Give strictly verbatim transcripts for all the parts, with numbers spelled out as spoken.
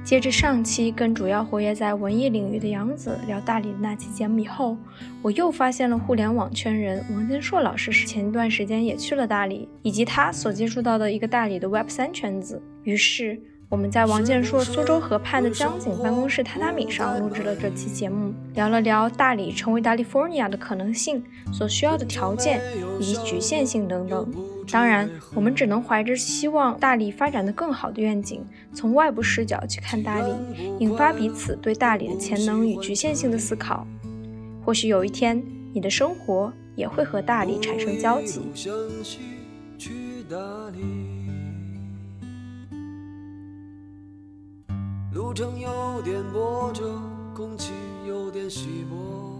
接着上期跟主要活跃在文艺领域的杨子聊大理的那期节目以后，我又发现了互联网圈人王建硕老师前一段时间也去了大理，以及他所接触到的一个大理的 Web 三 圈子。于是我们在王建硕苏州河畔的江景办公室榻榻米上录制了这期节目，聊了聊大理成为 California 的可能性，所需要的条件以及局限性等等。当然我们只能怀着希望大理发展得更好的愿景，从外部视角去看大理，引发彼此对大理的潜能与局限性的思考。或许有一天你的生活也会和大理产生交集。路程有点波折，空气有点稀薄，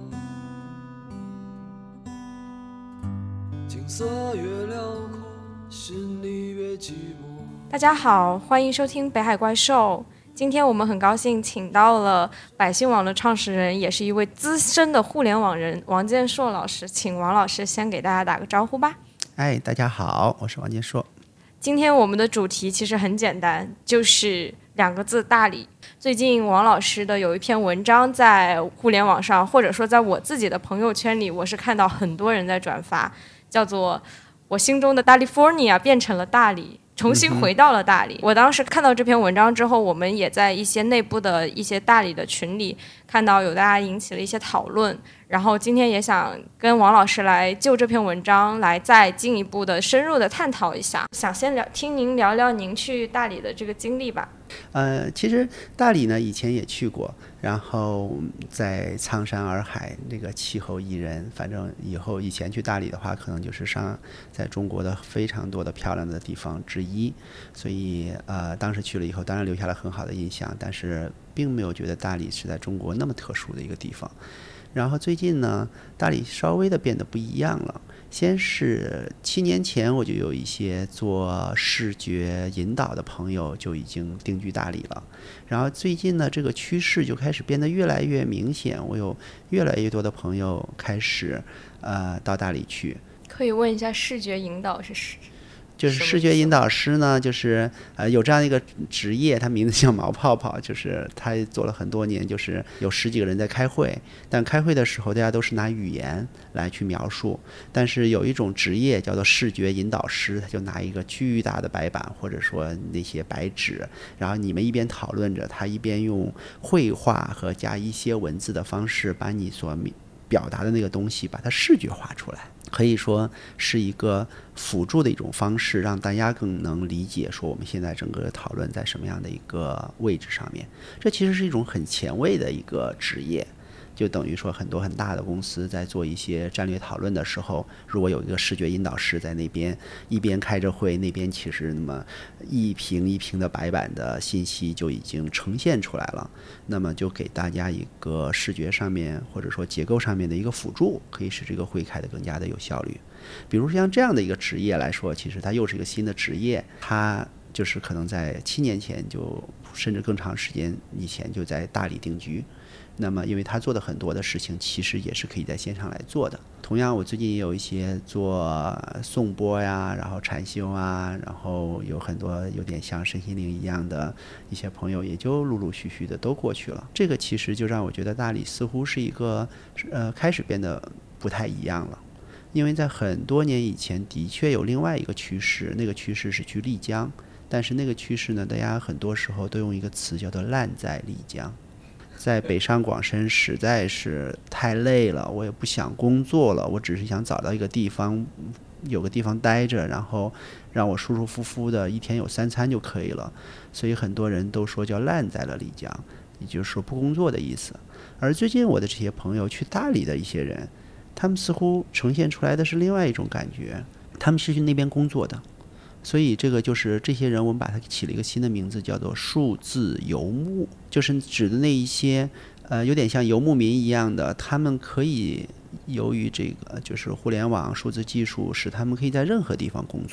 景色越辽阔，心里越寂寞。大家好，欢迎收听北海怪兽。今天我们很高兴请到了百姓网的创始人，也是一位资深的互联网人王建硕老师，请王老师先给大家打个招呼吧。 哎，大家好，我是王建硕。 今天我们的主题其实很简单，就是两个字，大理。最近王老师的有一篇文章在互联网上，或者说在我自己的朋友圈里，我是看到很多人在转发，叫做我心中的 California 变成了大理，重新回到了大理、嗯、我当时看到这篇文章之后，我们也在一些内部的一些大理的群里看到有大家引起了一些讨论，然后今天也想跟王老师来就这篇文章来再进一步的深入的探讨一下，想先聊听您聊聊您去大理的这个经历吧。 呃，其实大理呢以前也去过，然后在苍山洱海，那个气候宜人，反正以后以前去大理的话，可能就是上在中国的非常多的漂亮的地方之一，所以呃当时去了以后，当然留下了很好的印象，但是并没有觉得大理是在中国那么特殊的一个地方。然后最近呢，大理稍微的变得不一样了。先是七年前我就有一些做视觉引导的朋友就已经定居大理了，然后最近呢这个趋势就开始变得越来越明显，我有越来越多的朋友开始呃到大理去。 可以问一下视觉引导是什么？ 就是视觉引导师呢，就是呃有这样一个职业，他名字叫毛泡泡，就是他做了很多年，就是有十几个人在开会，但开会的时候大家都是拿语言来去描述，但是有一种职业叫做视觉引导师，他就拿一个巨大的白板或者说那些白纸，然后你们一边讨论着，他一边用绘画和加一些文字的方式把你所表达的那个东西把它视觉化出来，可以说是一个辅助的一种方式，让大家更能理解说我们现在整个讨论在什么样的一个位置上面。这其实是一种很前卫的一个职业，就等于说很多很大的公司在做一些战略讨论的时候，如果有一个视觉引导师在那边一边开着会，那边其实那么一屏一屏的白板的信息就已经呈现出来了，那么就给大家一个视觉上面或者说结构上面的一个辅助，可以使这个会开得更加的有效率。比如像这样的一个职业来说，其实它又是一个新的职业，它就是可能在七年前就甚至更长时间以前就在大理定居，那么因为他做的很多的事情其实也是可以在线上来做的。同样我最近也有一些做颂钵呀，然后禅修啊，然后有很多有点像身心灵一样的一些朋友也就陆陆续续的都过去了。这个其实就让我觉得大理似乎是一个呃开始变得不太一样了。因为在很多年以前的确有另外一个趋势，那个趋势是去丽江，但是那个趋势呢，大家很多时候都用一个词叫做烂在丽江。在北上广深实在是太累了，我也不想工作了，我只是想找到一个地方有个地方待着，然后让我舒舒服服的一天有三餐就可以了，所以很多人都说叫烂在了丽江，也就是说不工作的意思。而最近我的这些朋友去大理的一些人，他们似乎呈现出来的是另外一种感觉，他们是去那边工作的，所以这个就是这些人我们把它起了一个新的名字，叫做数字游牧，就是指的那一些呃有点像游牧民一样的，他们可以由于这个就是互联网数字技术使他们可以在任何地方工作，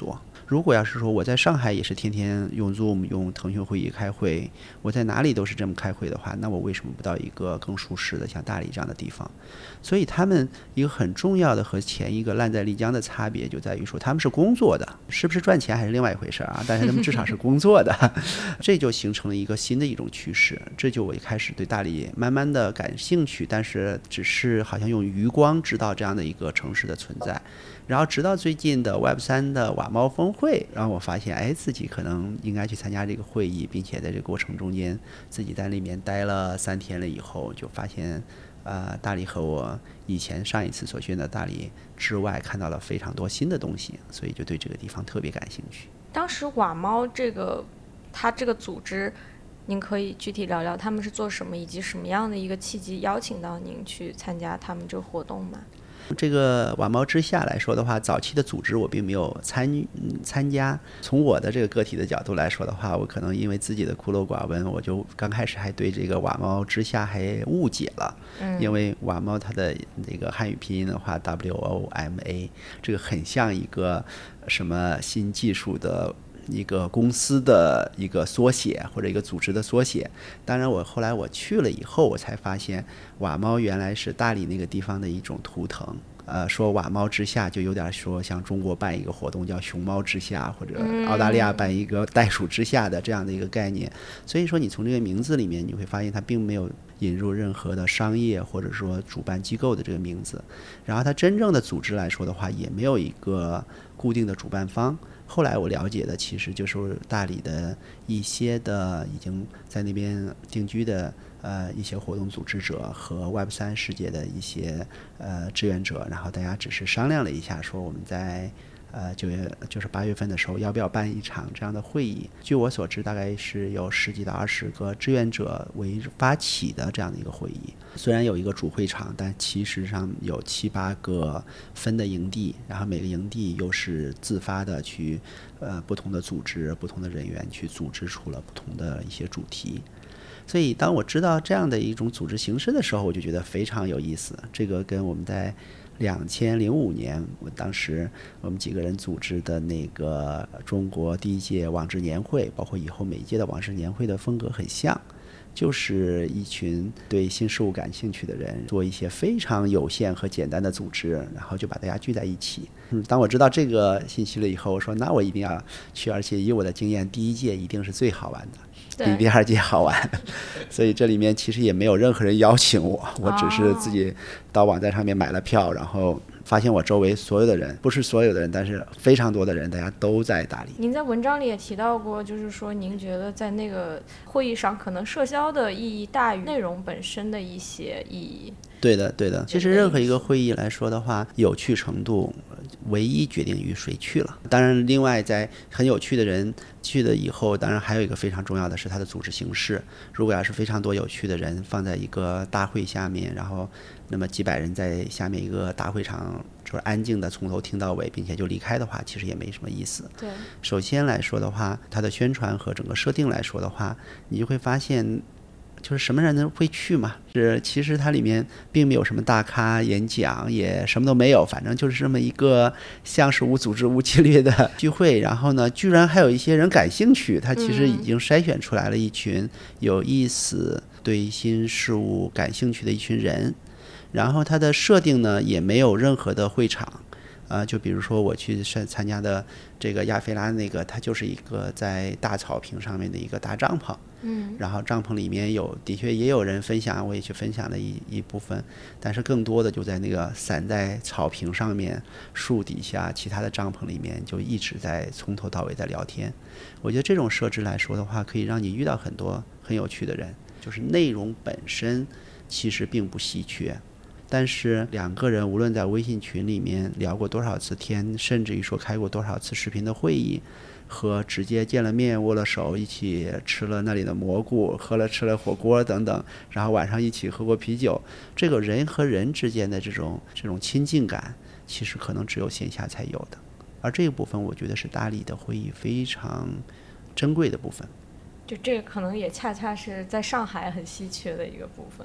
如果要是说我在上海也是天天用 Zoom 用腾讯会议开会，我在哪里都是这么开会的话，那我为什么不到一个更舒适的像大理这样的地方？所以他们一个很重要的和前一个烂在丽江的差别就在于说他们是工作的，是不是赚钱还是另外一回事啊，但是他们至少是工作的这就形成了一个新的一种趋势，这就我一开始对大理慢慢的感兴趣，但是只是好像用余光知道这样的一个城市的存在。然后直到最近的 Web 三 的瓦猫峰会，让我发现哎，自己可能应该去参加这个会议，并且在这个过程中间自己在里面待了三天了以后，就发现呃，大理和我以前上一次所学的大理之外看到了非常多新的东西，所以就对这个地方特别感兴趣。 当时瓦猫这个它这个组织，您可以具体聊聊他们是做什么，以及什么样的一个契机邀请到您去参加他们这个活动吗？ 这个瓦猫之夏来说的话，早期的组织我并没有参与参加。从我的这个个体的角度来说的话，我可能因为自己的孤陋寡闻，我就刚开始还对这个瓦猫之夏还误解了。嗯，因为瓦猫它的那个汉语拼音的话 W O M A， 这个很像一个什么新技术的一个公司的一个缩写或者一个组织的缩写。当然我后来我去了以后，我才发现瓦猫原来是大理那个地方的一种图腾。呃，说瓦猫之夏就有点说像中国办一个活动叫熊猫之夏，或者澳大利亚办一个袋鼠之夏的这样的一个概念。所以说你从这个名字里面你会发现它并没有引入任何的商业或者说主办机构的这个名字，然后它真正的组织来说的话也没有一个固定的主办方。后来我了解的其实就是大理的一些的已经在那边定居的呃一些活动组织者和 Web 三 世界的一些呃志愿者，然后大家只是商量了一下，说我们在呃九月就是八月份的时候要不要办一场这样的会议。据我所知，大概是有十几到二十个志愿者为发起的这样的一个会议。虽然有一个主会场，但其实上有七八个分的营地，然后每个营地又是自发的去呃不同的组织不同的人员去组织出了不同的一些主题。所以当我知道这样的一种组织形式的时候，我就觉得非常有意思。这个跟我们在两千零五年我当时我们几个人组织的那个中国第一届网志年会，包括以后每一届的网志年会的风格很像，就是一群对新事物感兴趣的人做一些非常有限和简单的组织，然后就把大家聚在一起。嗯，当我知道这个信息了以后，我说那我一定要去，而且以我的经验，第一届一定是最好玩的，比第二届好玩。所以这里面其实也没有任何人邀请我，我只是自己到网站上面买了票，然后发现我周围所有的人，不是所有的人，但是非常多的人，大家都在大理。 您在文章里也提到过，就是说您觉得在那个会议上可能社交的意义大于内容本身的一些意义。 对的对的，其实任何一个会议来说的话，有趣程度唯一决定于谁去了。当然另外在很有趣的人去了以后，当然还有一个非常重要的是它的组织形式。如果要是非常多有趣的人放在一个大会下面，然后那么几百人在下面一个大会场就是安静的从头听到尾，并且就离开的话，其实也没什么意思。 对， 首先来说的话，它的宣传和整个设定来说的话，你就会发现就是什么人会去嘛？是其实它里面并没有什么大咖演讲，也什么都没有，反正就是这么一个像是无组织无纪律的聚会。然后呢，居然还有一些人感兴趣，他其实已经筛选出来了一群有意思、对新事物感兴趣的一群人。然后它的设定呢，也没有任何的会场。呃，就比如说我去参加的这个亚非拉那个，它就是一个在大草坪上面的一个大帐篷，嗯，然后帐篷里面有的确也有人分享，我也去分享了一一部分，但是更多的就在那个散在草坪上面、树底下、其他的帐篷里面，就一直在从头到尾在聊天。我觉得这种设置来说的话，可以让你遇到很多很有趣的人，就是内容本身其实并不稀缺。但是两个人无论在微信群里面聊过多少次天，甚至于说开过多少次视频的会议，和直接见了面握了手一起吃了那里的蘑菇，喝了吃了火锅等等，然后晚上一起喝过啤酒，这个人和人之间的这种这种亲近感其实可能只有线下才有的，而这个部分我觉得是大理的会议非常珍贵的部分。 就这个可能也恰恰是在上海很稀缺的一个部分。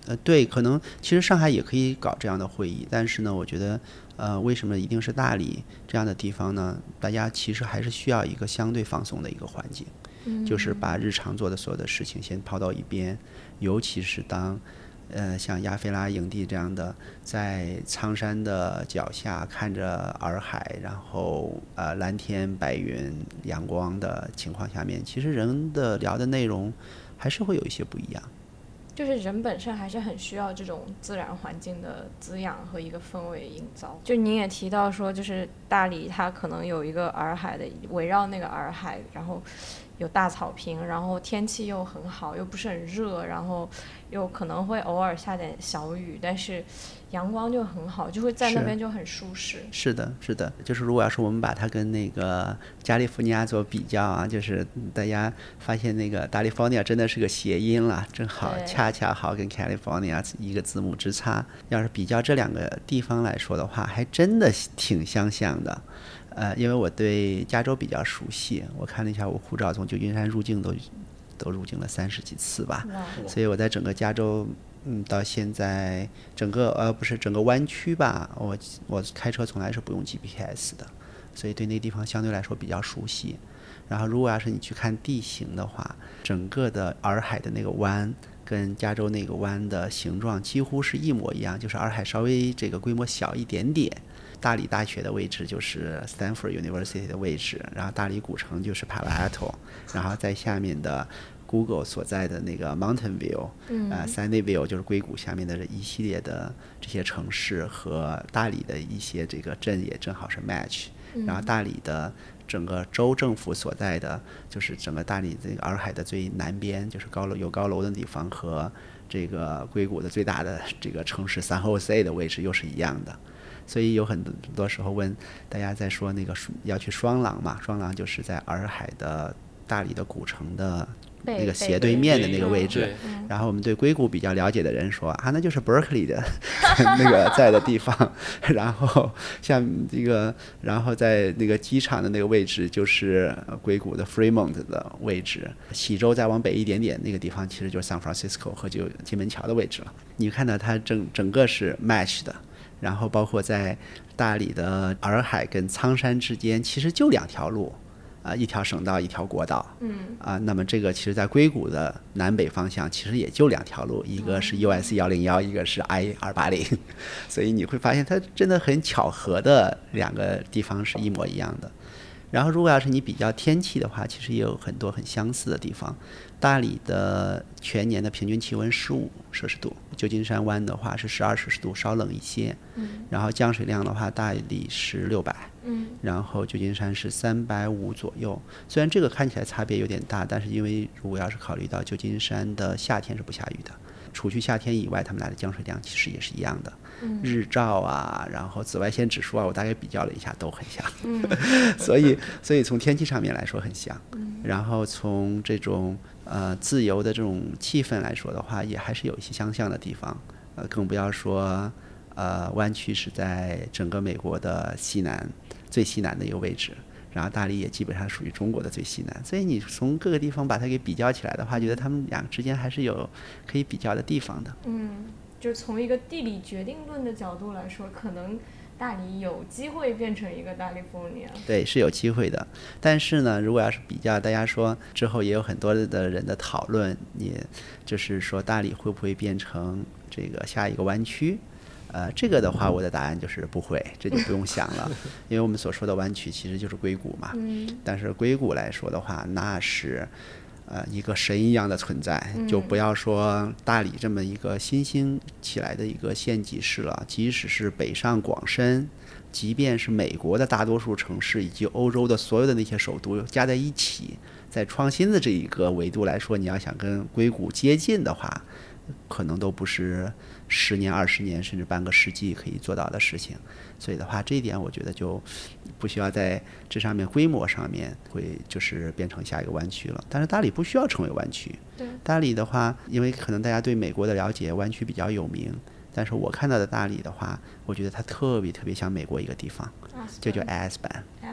呃，对，可能其实上海也可以搞这样的会议，但是呢，我觉得，呃，为什么一定是大理这样的地方呢？大家其实还是需要一个相对放松的一个环境，嗯、就是把日常做的所有的事情先抛到一边，尤其是当，呃，像亚非拉营地这样的，在苍山的脚下看着洱海，然后呃蓝天白云、阳光的情况下面，其实人的聊的内容还是会有一些不一样。 就是人本身还是很需要这种自然环境的滋养和一个氛围营造。就您也提到说，就是大理它可能有一个洱海的，围绕那个洱海，然后有大草坪，然后天气又很好，又不是很热，然后又可能会偶尔下点小雨，但是阳光就很好，就会在那边就很舒适。 是, 是的，是的，就是如果要是我们把它跟那个加利福尼亚做比较啊，就是大家发现那个 California 真的是个谐音了，正好恰恰好跟 California 一个字母之差。要是比较这两个地方来说的话，还真的挺相像的。呃，因为我对加州比较熟悉，我看了一下我护照从旧金山入境都都入境了三十几次吧，所以我在整个加州，嗯，到现在整个呃不是整个湾区吧，我我开车从来是不用 G P S 的，所以对那个地方相对来说比较熟悉。然后如果要是你去看地形的话，整个的洱海的那个湾跟加州那个湾的形状几乎是一模一样，就是洱海稍微这个规模小一点点。大理大学的位置就是 Stanford University 的位置，然后大理古城就是 Palo Alto， 然后在下面的 Google 所在的那个 Mountain View， 嗯， 呃 Sunnyvale 就是硅谷下面的一系列的这些城市和大理的一些这个镇也正好是 match， 然后大理的整个州政府所在的就是整个大理这个洱海的最南边，就是高楼有高楼的地方和这个硅谷的最大的这个城市 San Jose 的位置又是一样的。所以有很多时候问大家在说那个要去双廊嘛，双廊就是在洱海的大理的古城的那个斜对面的那个位置。然后我们对硅谷比较了解的人说啊，那就是 Berkeley 的那个在的地方。然后像这个，然后在那个机场的那个位置就是硅谷的 Fremont 的位置。西州再往北一点点那个地方其实就是 San Francisco 和就金门桥的位置了。你看到它整整个是 match 的。然后包括在大理的洱海跟苍山之间其实就两条路，啊、呃，一条省道一条国道， 嗯啊、呃，那么这个其实在硅谷的南北方向其实也就两条路，一个是 U S 一零一，一个是 I 二八零，所以你会发现它真的很巧合的两个地方是一模一样的。然后如果要是你比较天气的话，其实也有很多很相似的地方。大理的全年的平均气温十五摄氏度，旧金山湾的话是十二摄氏度，稍冷一些。 嗯， 然后降水量的话，大理是六百， 嗯， 然后旧金山是三百五左右。虽然这个看起来差别有点大，但是因为如果要是考虑到旧金山的夏天是不下雨的，除去夏天以外，他们俩的降水量其实也是一样的。 嗯、 日照啊，然后紫外线指数啊，我大概比较了一下，都很像。 嗯、 所以，所以从天气上面来说很像。 嗯、 然后从这种呃自由的这种气氛来说的话，也还是有一些相像的地方。呃，更不要说呃湾区是在整个美国的西南最西南的一个位置。然后大理也基本上属于中国的最西南，所以你从各个地方把它给比较起来的话，觉得他们俩之间还是有可以比较的地方的。 嗯，就是从一个地理决定论的角度来说，可能大理有机会变成一个大利福尼亚。 对，是有机会的。但是呢，如果要是比较，大家说之后也有很多的人的讨论，也就是说大理会不会变成这个下一个湾区？呃，这个的话，我的答案就是不会，这就不用想了，因为我们所说的湾区其实就是硅谷嘛。 嗯。 但是硅谷来说的话，那是呃一个神一样的存在，就不要说大理这么一个新兴起来的一个县级市了，即使是北上广深，即便是美国的大多数城市以及欧洲的所有的那些首都加在一起，在创新的这一个维度来说，你要想跟硅谷接近的话，可能都不是十年、二十年甚至半个世纪可以做到的事情。所以的话，这一点我觉得就不需要在这上面规模上面会就是变成下一个湾区了。但是大理不需要成为湾区。 对。 大理的话，因为可能大家对美国的了解，湾区比较有名。但是我看到的大理的话，我觉得它特别特别像美国一个地方，就叫 Aspen。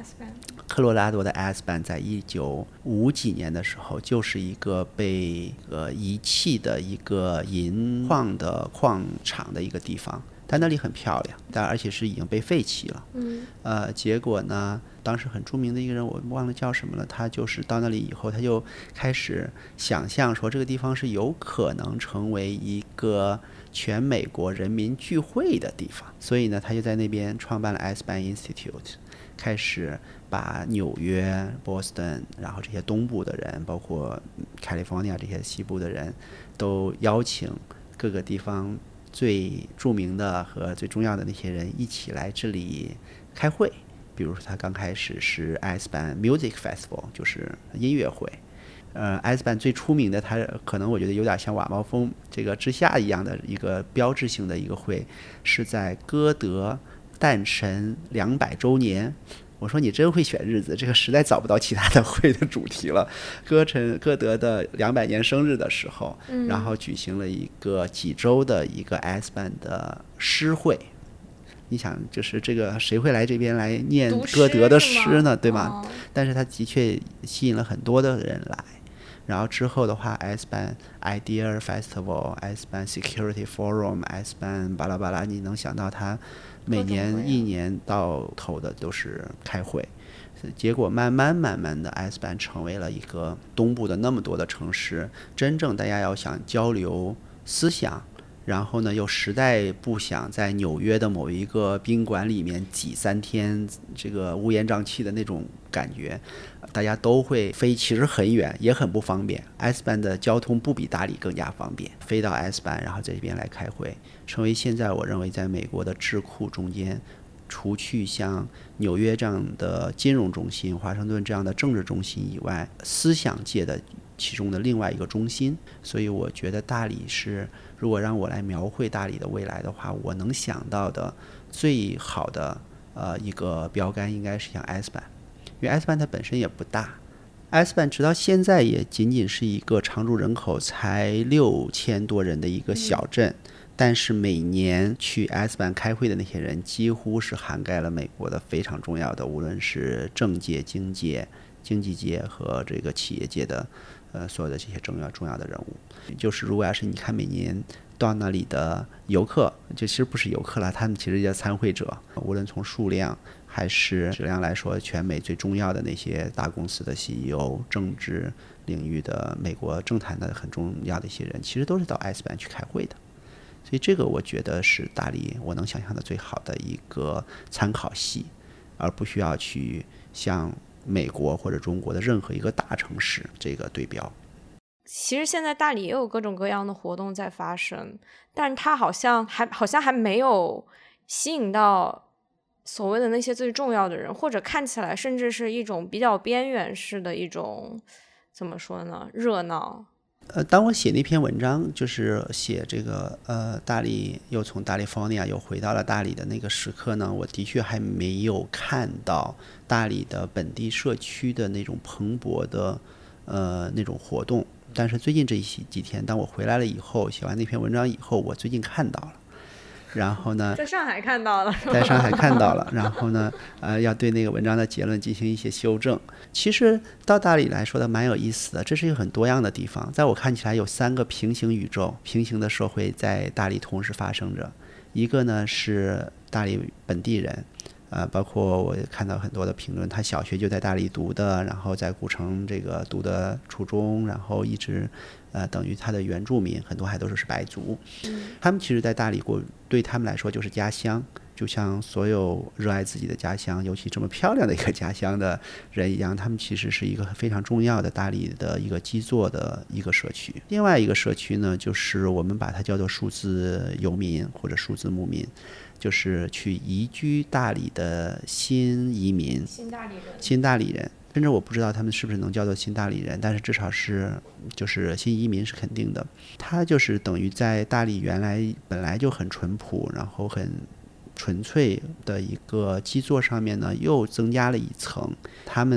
科罗拉多的 Aspen 在一九五几年的时候就是一个被呃遗弃的一个银矿的矿场的一个地方，但那里很漂亮，但而且是已经被废弃了。 嗯， 呃，结果呢，当时很著名的一个人，我忘了叫什么了，他就是到那里以后，他就开始想象说，这个地方是有可能成为一个全美国人民聚会的地方，所以呢，他就在那边创办了 Aspen Institute， 开始把纽约、波士顿，然后这些东部的人，包括 California 这些西部的人，都邀请各个地方最著名的和最重要的那些人一起来这里开会。比如说他刚开始是 Aspen Music Festival， 就是音乐会。呃 Aspen 最出名的，它可能我觉得有点像瓦猫峰这个之下一样的一个标志性的一个会，是在歌德诞辰两百周年。我说你真会选日子，这个实在找不到其他的会的主题了。歌陈歌德的两百年生日的时候，然后举行了一个几周的一个 Aspen 的诗会。你想，就是这个谁会来这边来念歌德的诗呢？对吧？哦、但是他的确吸引了很多的人来。然后之后的话 ，Aspen Idea Festival、Aspen Security Forum、Aspen 巴拉巴拉，你能想到他每年一年到头的都是开会。结果慢慢慢慢的 Aspen 成为了一个东部的那么多的城市，真正大家要想交流思想，然后呢又实在不想在纽约的某一个宾馆里面挤三天，这个乌烟瘴气的那种感觉，大家都会飞，其实很远也很不方便。 Aspen 的交通不比大理更加方便，飞到 Aspen 然后在这边来开会，成为现在我认为在美国的智库中间，除去像纽约这样的金融中心、华盛顿这样的政治中心以外，思想界的其中的另外一个中心。所以我觉得大理是，如果让我来描绘大理的未来的话，我能想到的最好的呃一个标杆应该是像 Aspen， 因为 Aspen 它本身也不大， Aspen 直到现在也仅仅是一个常住人口才六千多人的一个小镇。嗯，但是每年去 Aspen 开会的那些人几乎是涵盖了美国的非常重要的，无论是政界、经界、经济界和这个企业界的呃所有的这些重要重要的人物。就是如果要是你看每年到那里的游客，就其实不是游客了，他们其实叫参会者，无论从数量还是质量来说，全美最重要的那些大公司的 C E O、政治领域的美国政坛的很重要的一些人，其实都是到 Aspen 去开会的。所以这个我觉得是大理我能想象的最好的一个参考系，而不需要去像美国或者中国的任何一个大城市这个对标。 其实现在大理也有各种各样的活动在发生，但是它好像还好像还没有吸引到所谓的那些最重要的人，或者看起来甚至是一种比较边缘式的一种，怎么说呢，热闹。 呃，当我写那篇文章，就是写这个呃大理又从大利福尼亚又回到了大理的那个时刻呢，我的确还没有看到大理的本地社区的那种蓬勃的呃那种活动。但是最近这几天，当我回来了以后，写完那篇文章以后，我最近看到了。然后呢， 在上海看到了， 在上海看到了，然后呢，呃，要对那个文章的结论进行一些修正。其实到大理来说的蛮有意思的，这是一个很多样的地方。在我看起来，有三个平行宇宙、平行的社会在大理同时发生着。一个呢是大理本地人，呃，包括我看到很多的评论，他小学就在大理读的，然后在古城这个读的初中，然后一直呃等于他的原住民很多还都是是白族，他们其实在大理过对他们来说就是家乡，就像所有热爱自己的家乡，尤其这么漂亮的一个家乡的人一样，他们其实是一个非常重要的大理的一个基座的一个社区。另外一个社区呢，就是我们把它叫做数字游民或者数字牧民，就是去移居大理的新移民、 新大理人、 新大理人，甚至我不知道他们是不是能叫做新大理人，但是至少是就是新移民是肯定的。他就是等于在大理原来本来就很淳朴，然后很纯粹的一个基座上面呢，又增加了一层。他们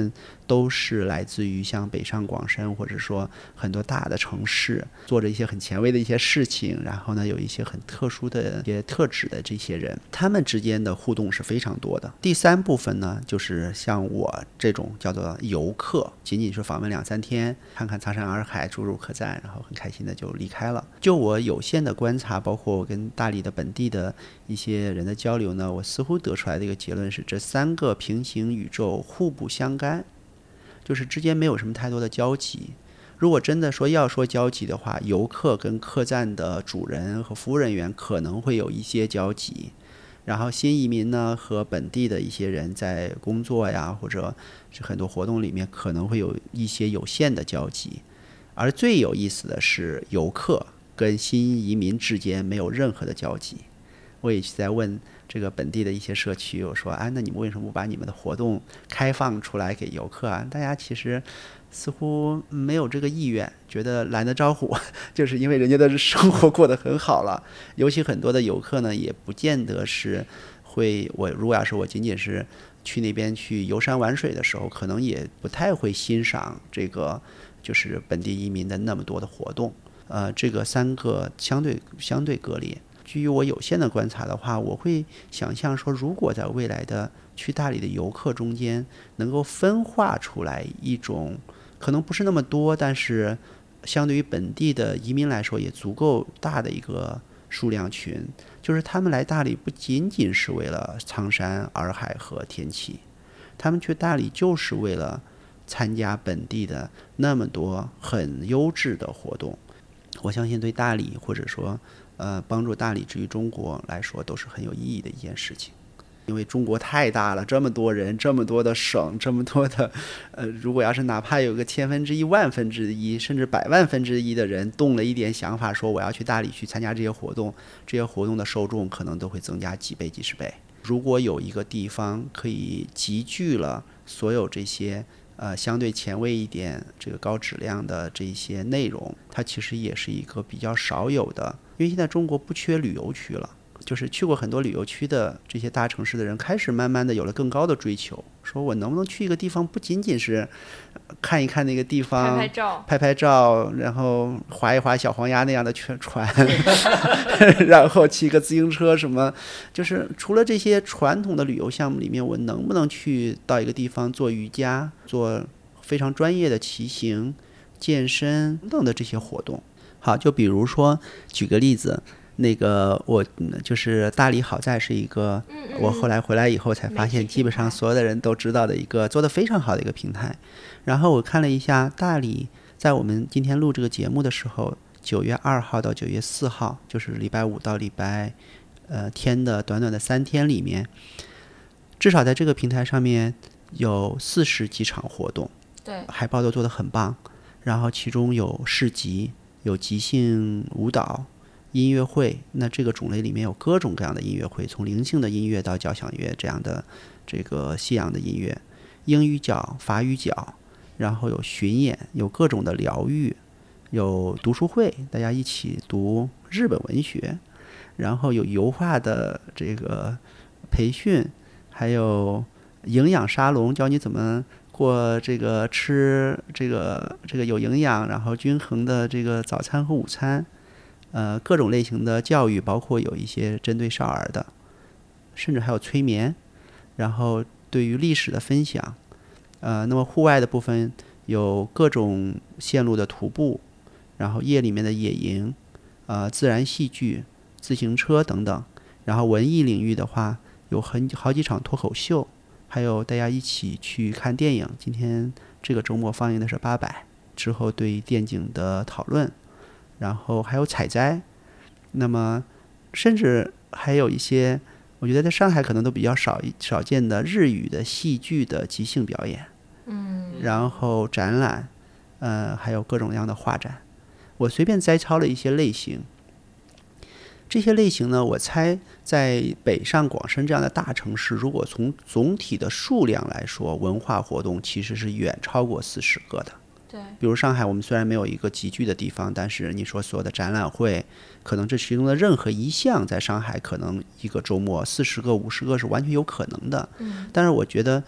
都是来自于像北上广深或者说很多大的城市，做着一些很前卫的一些事情，然后呢有一些很特殊的一些特质的这些人，他们之间的互动是非常多的。第三部分呢，就是像我这种叫做游客，仅仅是访问两三天，看看苍山洱海，诸如可赞，然后很开心的就离开了。就我有限的观察，包括我跟大理的本地的一些人的交流呢，我似乎得出来的一个结论是，这三个平行宇宙互不相干，就是之间没有什么太多的交集。如果真的说要说交集的话，游客跟客栈的主人和服务人员可能会有一些交集，然后新移民呢和本地的一些人在工作呀或者是很多活动里面可能会有一些有限的交集。而最有意思的是，游客跟新移民之间没有任何的交集。我也在问这个本地的一些社区，我说啊，那你们为什么不把你们的活动开放出来给游客啊？大家其实似乎没有这个意愿，觉得懒得招呼，就是因为人家的生活过得很好了。尤其很多的游客呢，也不见得是会，我如果要是我仅仅是去那边去游山玩水的时候，可能也不太会欣赏这个就是本地移民的那么多的活动。呃，这个三个相对相对割裂。基于我有限的观察的话，我会想象说，如果在未来的去大理的游客中间能够分化出来一种可能不是那么多，但是相对于本地的移民来说也足够大的一个数量群，就是他们来大理不仅仅是为了苍山洱海和天气，他们去大理就是为了参加本地的那么多很优质的活动。我相信对大理或者说呃，帮助大理之于中国来说都是很有意义的一件事情。因为中国太大了，这么多人，这么多的省，这么多的呃，如果要是哪怕有个千分之一、万分之一甚至百万分之一的人动了一点想法，说我要去大理去参加这些活动，这些活动的受众可能都会增加几倍几十倍。如果有一个地方可以集聚了所有这些呃，相对前卫一点这个高质量的这些内容，它其实也是一个比较少有的。因为现在中国不缺旅游区了，就是去过很多旅游区的这些大城市的人开始慢慢的有了更高的追求，说我能不能去一个地方不仅仅是看一看那个地方， 拍拍照拍拍照，然后划一划小黄鸭那样的船然后骑个自行车什么，就是除了这些传统的旅游项目里面，我能不能去到一个地方做瑜伽，做非常专业的骑行、健身等等的这些活动。好，就比如说举个例子，那个我就是大理好在是一个我后来回来以后才发现基本上所有的人都知道的一个做得非常好的一个平台。然后我看了一下大理在我们今天录这个节目的时候，九月二号到九月四号，就是礼拜五到礼拜呃天的短短的三天里面，至少在这个平台上面有四十几场活动， 对， 海报都做得很棒，然后其中有市集，有即兴舞蹈、音乐会，那这个种类里面有各种各样的音乐会，从灵性的音乐到交响乐这样的这个西洋的音乐，英语角、法语角，然后有巡演，有各种的疗愈，有读书会，大家一起读日本文学，然后有油画的这个培训，还有营养沙龙，教你怎么过这个吃这个这个有营养然后均衡的这个早餐和午餐，呃，各种类型的教育，包括有一些针对少儿的，甚至还有催眠，然后对于历史的分享，呃，那么户外的部分有各种线路的徒步，然后夜里面的野营，呃，自然戏剧、自行车等等，然后文艺领域的话有很好几场脱口秀。还有大家一起去看电影，今天这个周末放映的是八百，之后对电影的讨论，然后还有采摘，那么甚至还有一些我觉得在上海可能都比较少少见的日语的戏剧的即兴表演， 嗯， 然后展览，呃，还有各种各样的画展。我随便摘抄了一些类型，这些类型呢，我猜在北上广深这样的大城市，如果从总体的数量来说，文化活动其实是远超过四十个的。 对， 比如上海，我们虽然没有一个集聚的地方，但是你说所有的展览会，可能这其中的任何一项，在上海可能一个周末四十个、五十个是完全有可能的。 嗯， 但是我觉得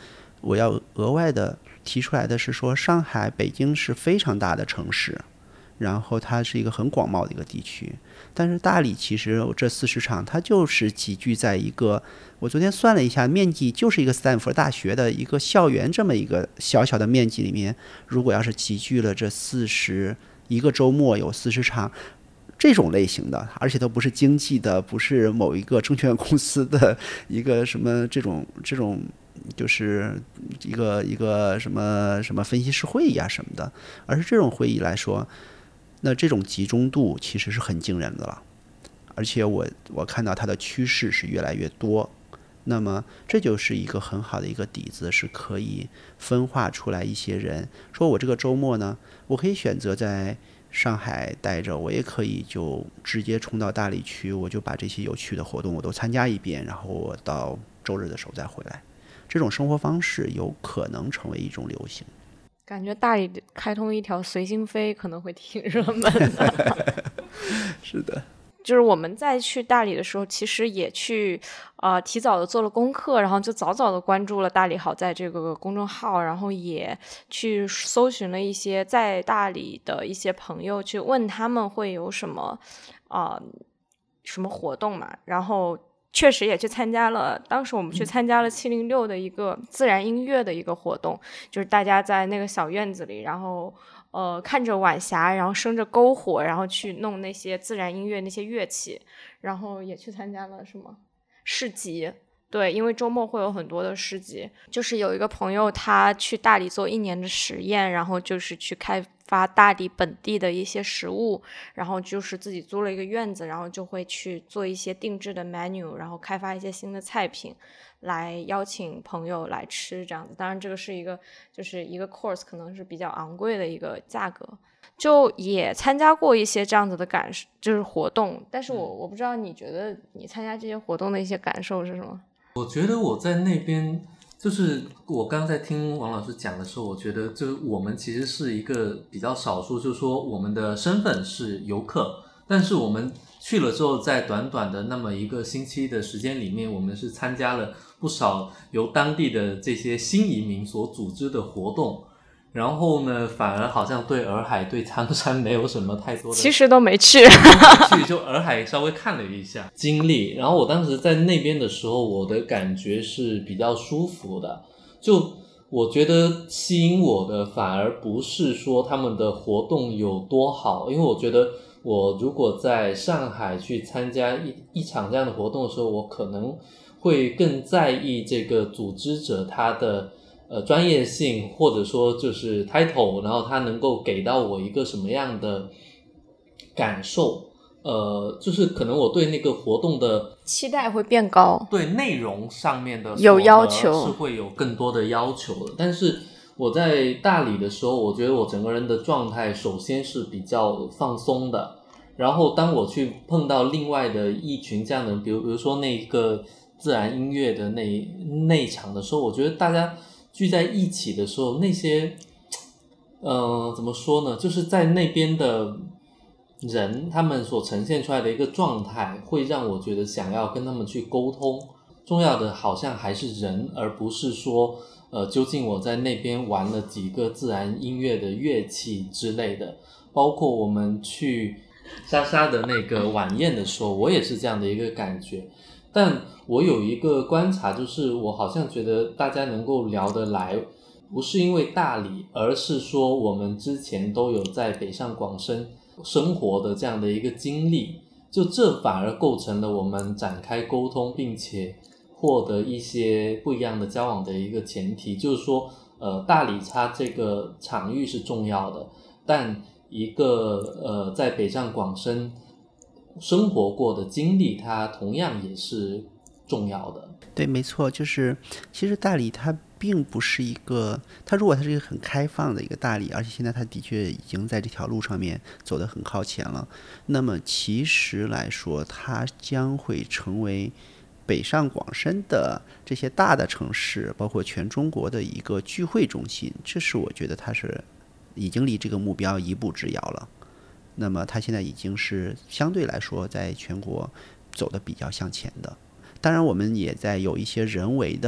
我要额外的提出来的是说，上海、北京是非常大的城市，然后它是一个很广袤的一个地区，但是大理其实这四十场它就是集聚在一个，我昨天算了一下，面积就是一个斯坦福大学的一个校园这么一个小小的面积里面，如果要是集聚了这四十一个周末有四十场这种类型的，而且都不是经济的，不是某一个证券公司的一个什么这种这种，就是一个一个什么什么分析师会议啊什么的，而是这种会议来说，那这种集中度其实是很惊人的了。而且我我看到它的趋势是越来越多，那么这就是一个很好的一个底子，是可以分化出来一些人，说我这个周末呢，我可以选择在上海待着，我也可以就直接冲到大理去，我就把这些有趣的活动我都参加一遍，然后我到周日的时候再回来。这种生活方式有可能成为一种流行。 感觉大理开通一条随心飞可能会挺热门的。 是的， 就是我们在去大理的时候，其实也去呃提早的做了功课，然后就早早的关注了大理好在这个公众号，然后也去搜寻了一些在大理的一些朋友，去问他们会有什么呃什么活动嘛，然后确实也去参加了，当时我们去参加了七零六的一个自然音乐的一个活动，就是大家在那个小院子里，然后呃看着晚霞，然后生着篝火，然后去弄那些自然音乐那些乐器，然后也去参加了什么市集。对，因为周末会有很多的市集，就是有一个朋友他去大理做一年的实验，然后就是去开发大理本地的一些食物，然后就是自己租了一个院子，然后就会去做一些定制的 menu， 然后开发一些新的菜品来邀请朋友来吃这样子。当然这个是一个就是一个 course 可能是比较昂贵的一个价格，就也参加过一些这样子的感受就是活动，但是我我不知道你觉得你参加这些活动的一些感受是什么？ 我觉得我在那边就是我刚才听王老师讲的时候，我觉得就是我们其实是一个比较少数，就是说我们的身份是游客，但是我们去了之后，在短短的那么一个星期的时间里面，我们是参加了不少由当地的这些新移民所组织的活动，然后呢反而好像对洱海对苍山没有什么太多的， 其实都没去去就洱海稍微看了一下经历。然后我当时在那边的时候，我的感觉是比较舒服的，就我觉得吸引我的反而不是说他们的活动有多好，因为我觉得我如果在上海去参加一一场这样的活动的时候，我可能会更在意这个组织者他的呃，专业性，或者说就是 title， 然后它能够给到我一个什么样的感受，呃，就是可能我对那个活动的期待会变高， 对内容上面的有要求， 是会有更多的要求的。但是我在大理的时候，我觉得我整个人的状态首先是比较放松的，然后当我去碰到另外的一群这样的人，比如比如说那个自然音乐的那那一场的时候，我觉得大家聚在一起的时候，那些呃怎么说呢，就是在那边的人他们所呈现出来的一个状态，会让我觉得想要跟他们去沟通。重要的好像还是人，而不是说呃究竟我在那边玩了几个自然音乐的乐器之类的。包括我们去莎莎的那个晚宴的时候，我也是这样的一个感觉。但我有一个观察，就是我好像觉得大家能够聊得来，不是因为大理，而是说我们之前都有在北上广深生活的这样的一个经历，就这反而构成了我们展开沟通并且获得一些不一样的交往的一个前提。就是说呃，大理它这个场域是重要的，但一个呃在北上广深生活过的经历，它同样也是重要的。 对，没错，就是其实大理它并不是一个，它如果它是一个很开放的一个大理，而且现在它的确已经在这条路上面走得很靠前了，那么其实来说，它将会成为北上广深的这些大的城市，包括全中国的一个聚会中心。这是我觉得它是已经离这个目标一步之遥了。那么它现在已经是相对来说在全国走得比较向前的。当然我们也在有一些人为的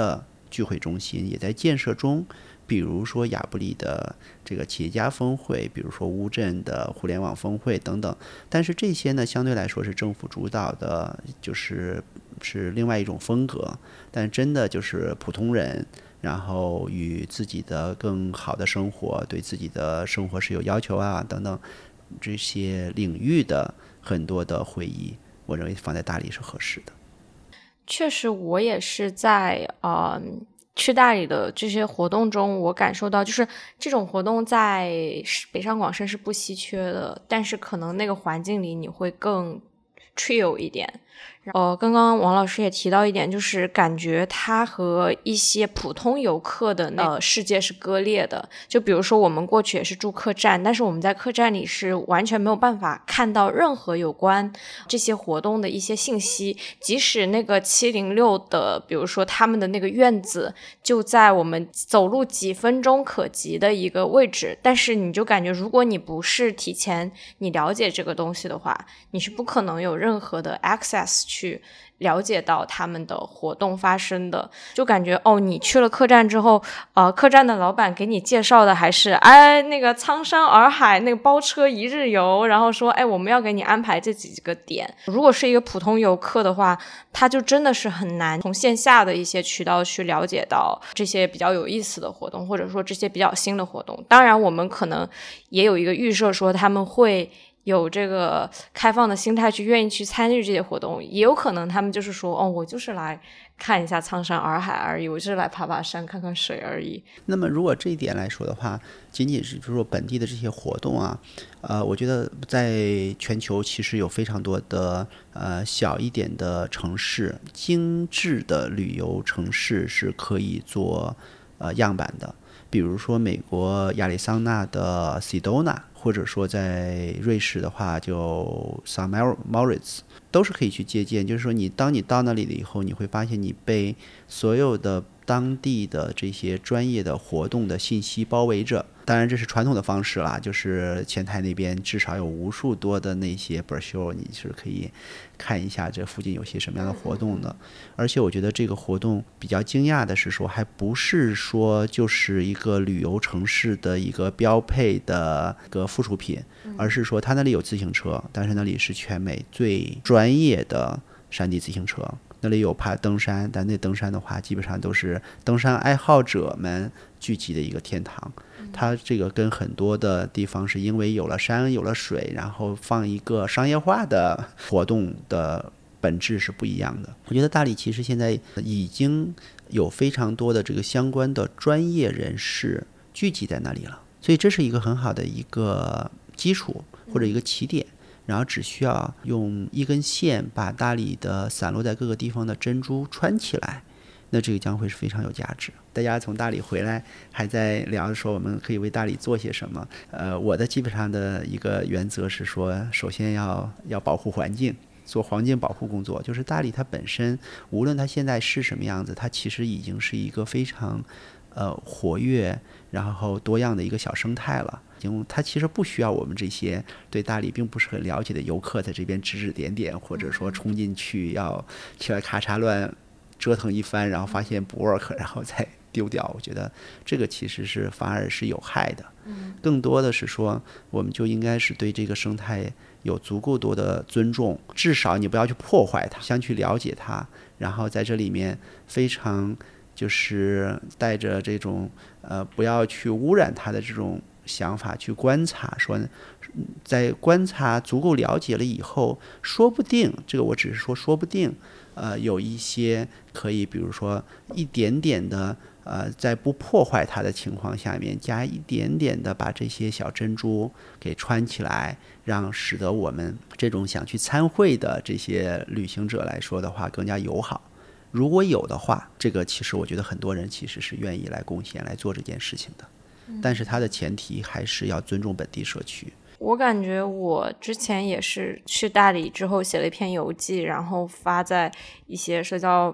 聚会中心，也在建设中，比如说亚布力的这个企业家峰会，比如说乌镇的互联网峰会等等。但是这些呢，相对来说是政府主导的，就是是另外一种风格。但真的就是普通人，然后与自己的更好的生活，对自己的生活是有要求啊等等，这些领域的很多的会议，我认为放在大理是合适的。 确实，我也是在呃去大理的这些活动中，我感受到就是这种活动在北上广深是不稀缺的，但是可能那个环境里你会更 chill 一点。呃，刚刚王老师也提到一点，就是感觉它和一些普通游客的那个世界是割裂的。就比如说我们过去也是住客栈，但是我们在客栈里是完全没有办法看到任何有关这些活动的一些信息，即使那个七零六的比如说他们的那个院子就在我们走路几分钟可及的一个位置，但是你就感觉如果你不是提前你了解这个东西的话，你是不可能有任何的 access 去了解到他们的活动发生的。就感觉哦，你去了客栈之后，呃，客栈的老板给你介绍的还是哎那个苍山洱海那个包车一日游，然后说哎我们要给你安排这几个点。如果是一个普通游客的话，他就真的是很难从线下的一些渠道去了解到这些比较有意思的活动，或者说这些比较新的活动。当然我们可能也有一个预设说他们会有这个开放的心态去愿意去参与这些活动，也有可能他们就是说哦，我就是来看一下苍山洱海而已，我就是来爬爬山看看水而已。 那么如果这一点来说的话，仅仅是就是说本地的这些活动啊，呃，我觉得在全球其实有非常多的呃小一点的城市，精致的旅游城市是可以做呃样板的。比如说美国亚利桑那的 Sedona， 或者说在瑞士的话就 Saint Moritz， 都是可以去借鉴。就是说你当你到那里了以后，你会发现你被所有的当地的这些专业的活动的信息包围着。当然这是传统的方式啦，就是前台那边至少有无数多的那些 brochure， 你是可以看一下这附近有些什么样的活动的。而且我觉得这个活动比较惊讶的是说，还不是说就是一个旅游城市的一个标配的一个附属品，而是说它那里有自行车，但是那里是全美最专业的山地自行车。那里有爬登山，但那登山的话基本上都是登山爱好者们聚集的一个天堂。它这个跟很多的地方是因为有了山有了水，然后放一个商业化的活动的本质是不一样的。我觉得大理其实现在已经有非常多的这个相关的专业人士聚集在那里了，所以这是一个很好的一个基础或者一个起点。然后只需要用一根线把大理的散落在各个地方的珍珠穿起来，那这个将会是非常有价值。大家从大理回来还在聊说我们可以为大理做些什么，呃，我的基本上的一个原则是说，首先要要保护环境，做环境保护工作。就是大理它本身无论它现在是什么样子，它其实已经是一个非常呃活跃然后多样的一个小生态了。因为它其实不需要我们这些对大理并不是很了解的游客在这边指指点点，或者说冲进去要起来咔嚓乱折腾一番，然后发现不 work 然后再丢掉。我觉得这个其实是反而是有害的。更多的是说我们就应该是对这个生态有足够多的尊重，至少你不要去破坏它，先去了解它，然后在这里面非常就是带着这种呃不要去污染它的这种想法去观察，说在观察足够了解了以后，说不定这个我只是说说不定呃有一些可以比如说一点点的呃在不破坏它的情况下面加一点点的把这些小珍珠给穿起来，让使得我们这种想去参会的这些旅行者来说的话更加友好。如果有的话，这个其实我觉得很多人其实是愿意来贡献来做这件事情的，但是它的前提还是要尊重本地社区。 我感觉我之前也是去大理之后写了一篇游记，然后发在一些社交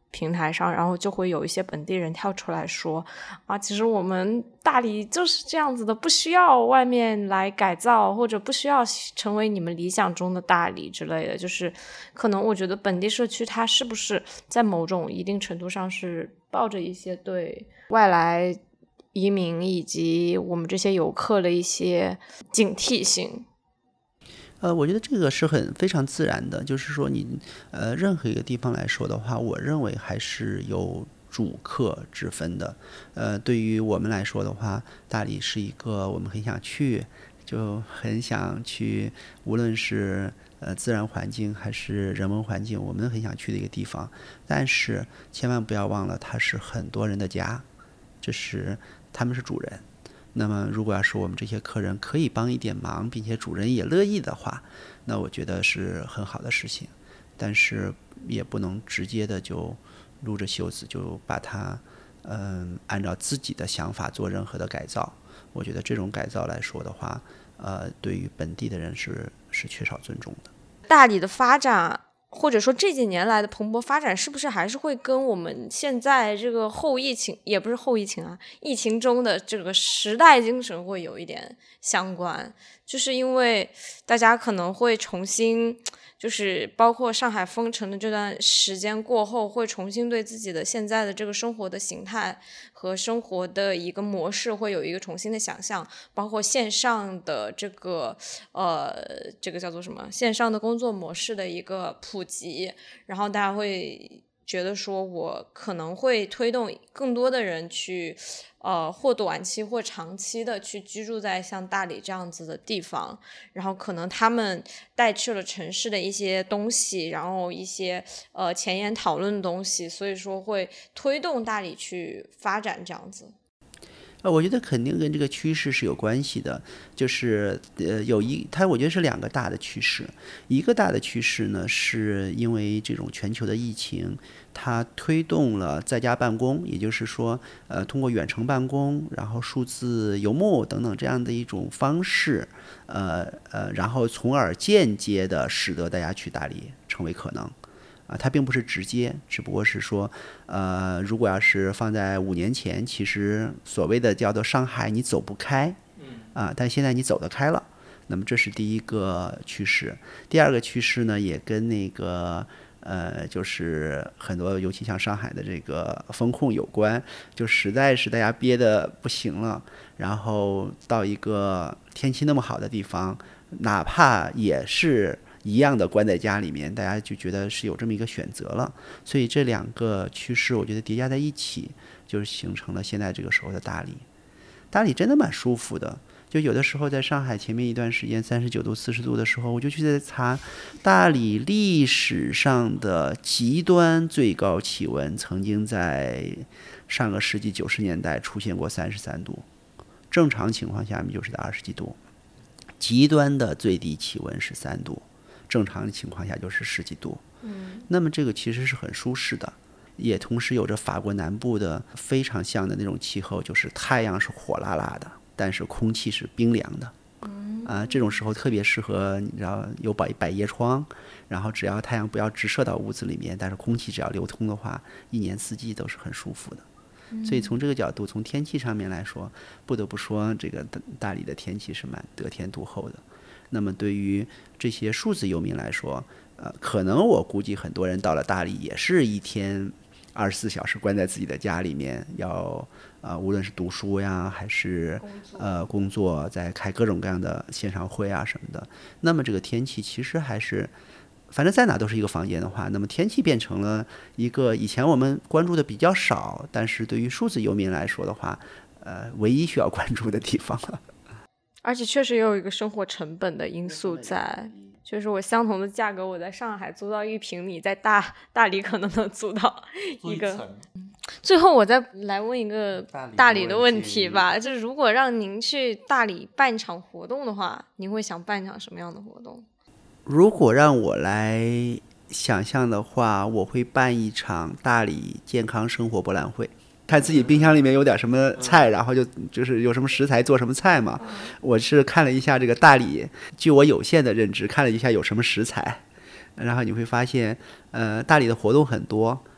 平台上，然后就会有一些本地人跳出来说啊，其实我们大理就是这样子的，不需要外面来改造，或者不需要成为你们理想中的大理之类的。就是可能我觉得本地社区它是不是在某种一定程度上是抱着一些对外来移民以及我们这些游客的一些警惕性。 呃，我觉得这个是很非常自然的，就是说你呃任何一个地方来说的话，我认为还是有主客之分的。呃，对于我们来说的话，大理是一个我们很想去，就很想去，无论是呃自然环境还是人文环境，我们很想去的一个地方。但是千万不要忘了，它是很多人的家，这是他们是主人。那么如果要是我们这些客人可以帮一点忙，并且主人也乐意的话，那我觉得是很好的事情。但是也不能直接的就撸着袖子就把它嗯按照自己的想法做任何的改造。我觉得这种改造来说的话，呃对于本地的人是是缺少尊重的。 大理的发展或者说这几年来的蓬勃发展，是不是还是会跟我们现在这个后疫情，也不是后疫情啊，疫情中的这个时代精神会有一点相关？就是因为大家可能会重新，就是包括上海封城的这段时间过后，会重新对自己的现在的这个生活的形态和生活的一个模式会有一个重新的想象，包括线上的这个呃这个叫做什么线上的工作模式的一个普及，然后大家会觉得说我可能会推动更多的人去呃或短期或长期的去居住在像大理这样子的地方，然后可能他们带去了城市的一些东西，然后一些呃前沿讨论的东西，所以说会推动大理去发展这样子。 呃，我觉得肯定跟这个趋势是有关系的，就是呃，有一它我觉得是两个大的趋势，一个大的趋势呢，是因为这种全球的疫情，它推动了在家办公，也就是说，呃，通过远程办公，然后数字游牧等等这样的一种方式，呃呃，然后从而间接的使得大家去大理成为可能。啊，它并不是直接，只不过是说，呃，如果要是放在五年前，其实所谓的叫做上海你走不开，啊，但现在你走得开了，那么这是第一个趋势。第二个趋势呢，也跟那个呃，就是很多，尤其像上海的这个风控有关，就实在是大家憋得不行了，然后到一个天气那么好的地方，哪怕也是一样的关在家里面，大家就觉得是有这么一个选择了。所以这两个趋势我觉得叠加在一起，就是形成了现在这个时候的大理。大理真的蛮舒服的，就有的时候在上海前面一段时间三十九度四十度的时候，我就去在查大理历史上的极端最高气温，曾经在上个世纪九十年代出现过三十三度，正常情况下面就是在二十几度，极端的最低气温是三度，正常的情况下就是十几度。嗯，那么这个其实是很舒适的，也同时有着法国南部的非常像的那种气候，就是太阳是火辣辣的，但是空气是冰凉的。啊，这种时候特别适合，你知道有百百叶窗，然后只要太阳不要直射到屋子里面，但是空气只要流通的话，一年四季都是很舒服的。所以从这个角度，从天气上面来说，不得不说这个大理的天气是蛮得天独厚的。那么对于这些数字游民来说，呃，可能我估计很多人到了大理也是一天二十四小时关在自己的家里面，要呃无论是读书呀，还是呃工作，在开各种各样的线上会啊什么的。那么这个天气其实还是，反正在哪都是一个房间的话，那么天气变成了一个以前我们关注的比较少，但是对于数字游民来说的话，呃，唯一需要关注的地方了。 而且确实也有一个生活成本的因素在，就是我相同的价格，我在上海租到一平米，在大大理可能能租到一个。最后我再来问一个大理的问题吧，就是如果让您去大理办一场活动的话，您会想办一场什么样的活动？ 如果让我来想象的话，我会办一场大理健康生活博览会，看自己冰箱里面有点什么菜，然后就就是有什么食材做什么菜嘛。我是看了一下这个大理，据我有限的认知，看了一下有什么食材，然后你会发现，呃，大理的活动很多，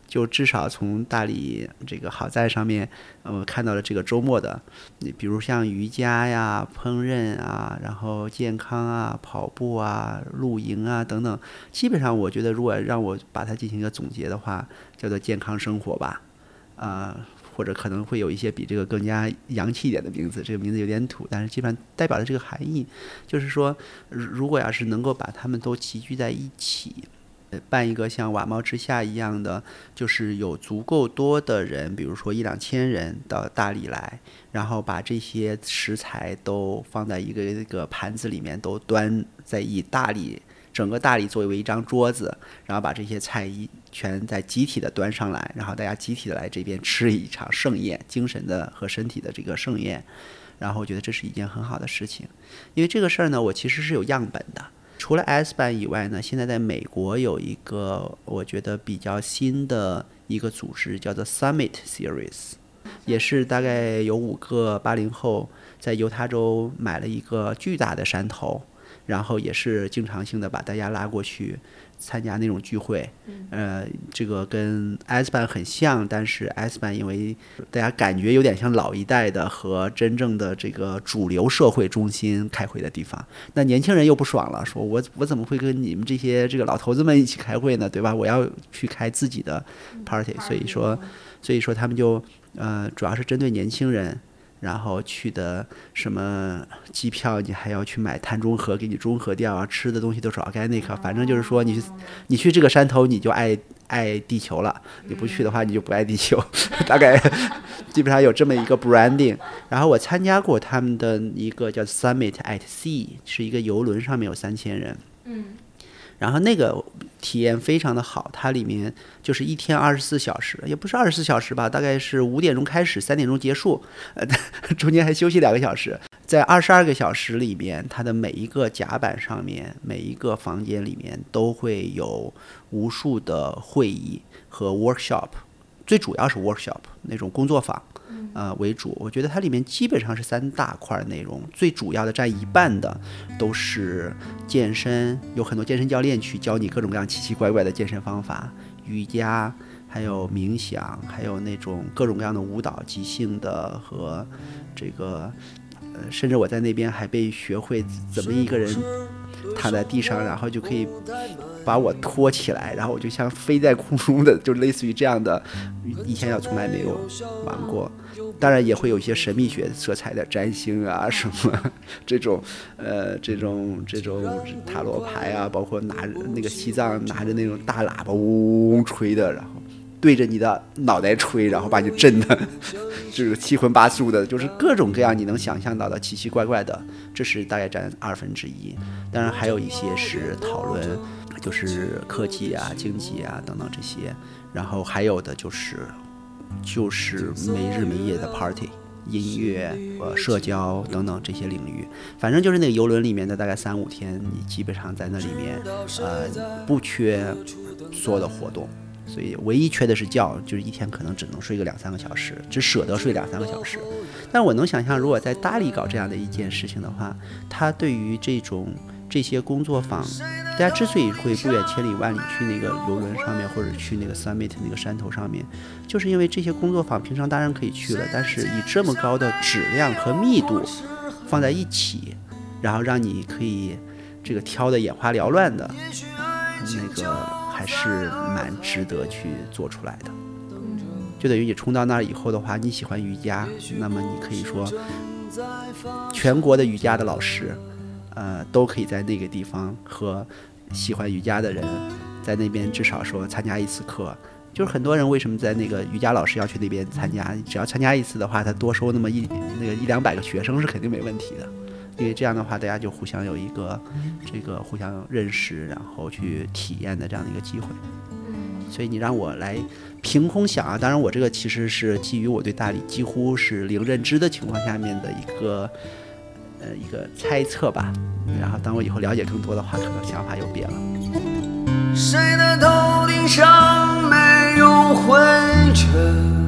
就至少从大理这个好在上面，呃，看到了这个周末的，你比如像瑜伽呀、烹饪啊，然后健康啊、跑步啊、露营啊等等，基本上我觉得如果让我把它进行一个总结的话，叫做健康生活吧，啊、呃。或者可能会有一些比这个更加洋气一点的名字，这个名字有点土，但是基本上代表了这个含义，就是说，如果要是能够把它们都集聚在一起，办一个像瓦猫之夏一样的，就是有足够多的人，比如说一两千人到大理来，然后把这些食材都放在一个一个盘子里面，都端在以大理整个大理作为一张桌子，然后把这些菜一全在集体的端上来，然后大家集体的来这边吃一场盛宴，精神的和身体的这个盛宴。然后我觉得这是一件很好的事情，因为这个事儿呢，我其实是有样本的。除了 S 班以外呢，现在在美国有一个我觉得比较新的一个组织，叫做 Summit Series， 也是大概有五个八零后在犹他州买了一个巨大的山头。然后也是经常性的把大家拉过去参加那种聚会，呃，这个跟 S 班很像，但是 S 班因为大家感觉有点像老一代的和真正的这个主流社会中心开会的地方，那年轻人又不爽了，说我我怎么会跟你们这些这个老头子们一起开会呢，对吧？我要去开自己的 party， 所以说所以说他们就呃主要是针对年轻人。然后去的什么机票，你还要去买碳中和，给你中和掉啊，吃的东西都是 organic， 反正就是说你去你去这个山头你就爱爱地球了，你不去的话你就不爱地球，大概基本上有这么一个 branding。然后我参加过他们的一个叫 Summit at Sea， 是一个游轮，上面有三千人。嗯。然后那个体验非常的好，它里面就是一天二十四小时，也不是二十四小时吧，大概是五点钟开始，三点钟结束，呃，中间还休息两个小时。在二十二个小时里面，它的每一个甲板上面，每一个房间里面都会有无数的会议和 workshop， 最主要是 workshop 那种工作坊。呃为主，我觉得它里面基本上是三大块内容，最主要的占一半的都是健身，有很多健身教练去教你各种各样奇奇怪怪的健身方法，瑜伽，还有冥想，还有那种各种各样的舞蹈，即兴的和这个，呃，甚至我在那边还被学会怎么一个人躺在地上，然后就可以把我拖起来，然后我就像飞在空中的，就类似于这样的，以前我从来没有玩过。当然也会有一些神秘学色彩的占星啊什么这种呃这种这种塔罗牌啊，包括拿那个西藏拿着那种大喇叭嗡嗡吹的，然后对着你的脑袋吹，然后把你震的就是七荤八素的，就是各种各样你能想象到的奇奇怪怪的，这是大概占二分之一。当然还有一些是讨论就是科技啊、经济啊等等这些，然后还有的就是就是没日没夜的 party， 音乐、呃、社交等等这些领域，反正就是那个游轮里面的大概三五天，你基本上在那里面，呃，不缺所有的活动，所以唯一缺的是觉，就是一天可能只能睡个两三个小时，只舍得睡两三个小时。但我能想象，如果在大理搞这样的一件事情的话，它对于这种这些工作坊，大家之所以会不远千里万里去那个游轮上面，或者去那个 Summit 那个山头上面，就是因为这些工作坊平常当然可以去了，但是以这么高的质量和密度放在一起，然后让你可以这个挑的眼花缭乱的，那个还是蛮值得去做出来的。就等于你冲到那儿以后的话，你喜欢瑜伽，那么你可以说全国的瑜伽的老师呃，都可以在那个地方和喜欢瑜伽的人在那边至少说参加一次课。就是很多人为什么在那个瑜伽老师要去那边参加，只要参加一次的话，他多收那么一那个一两百个学生是肯定没问题的，因为这样的话大家就互相有一个这个互相认识，然后去体验的这样的一个机会。所以你让我来凭空想啊，当然我这个其实是基于我对大理几乎是零认知的情况下面的一个呃一个猜测吧，然后当我以后了解更多的话，可能想法又变了。 谁的头顶上没有灰尘，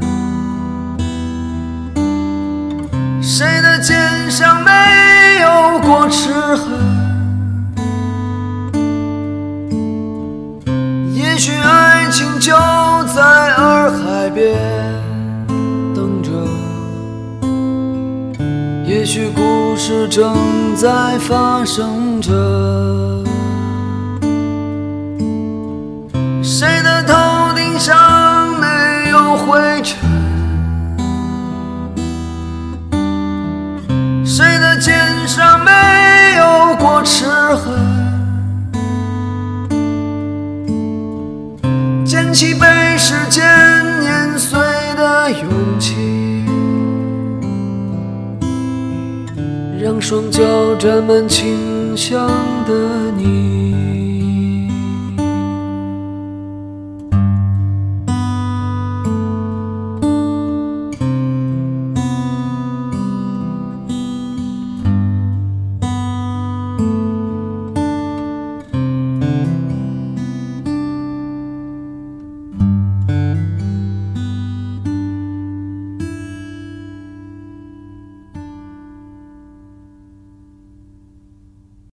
谁的肩上没有过齿痕，也许爱情就在事正在发生着。谁的头顶上没有灰尘？谁的肩上没有过齿痕？捡起被时间碾碎的勇气，让双脚沾满清香的你。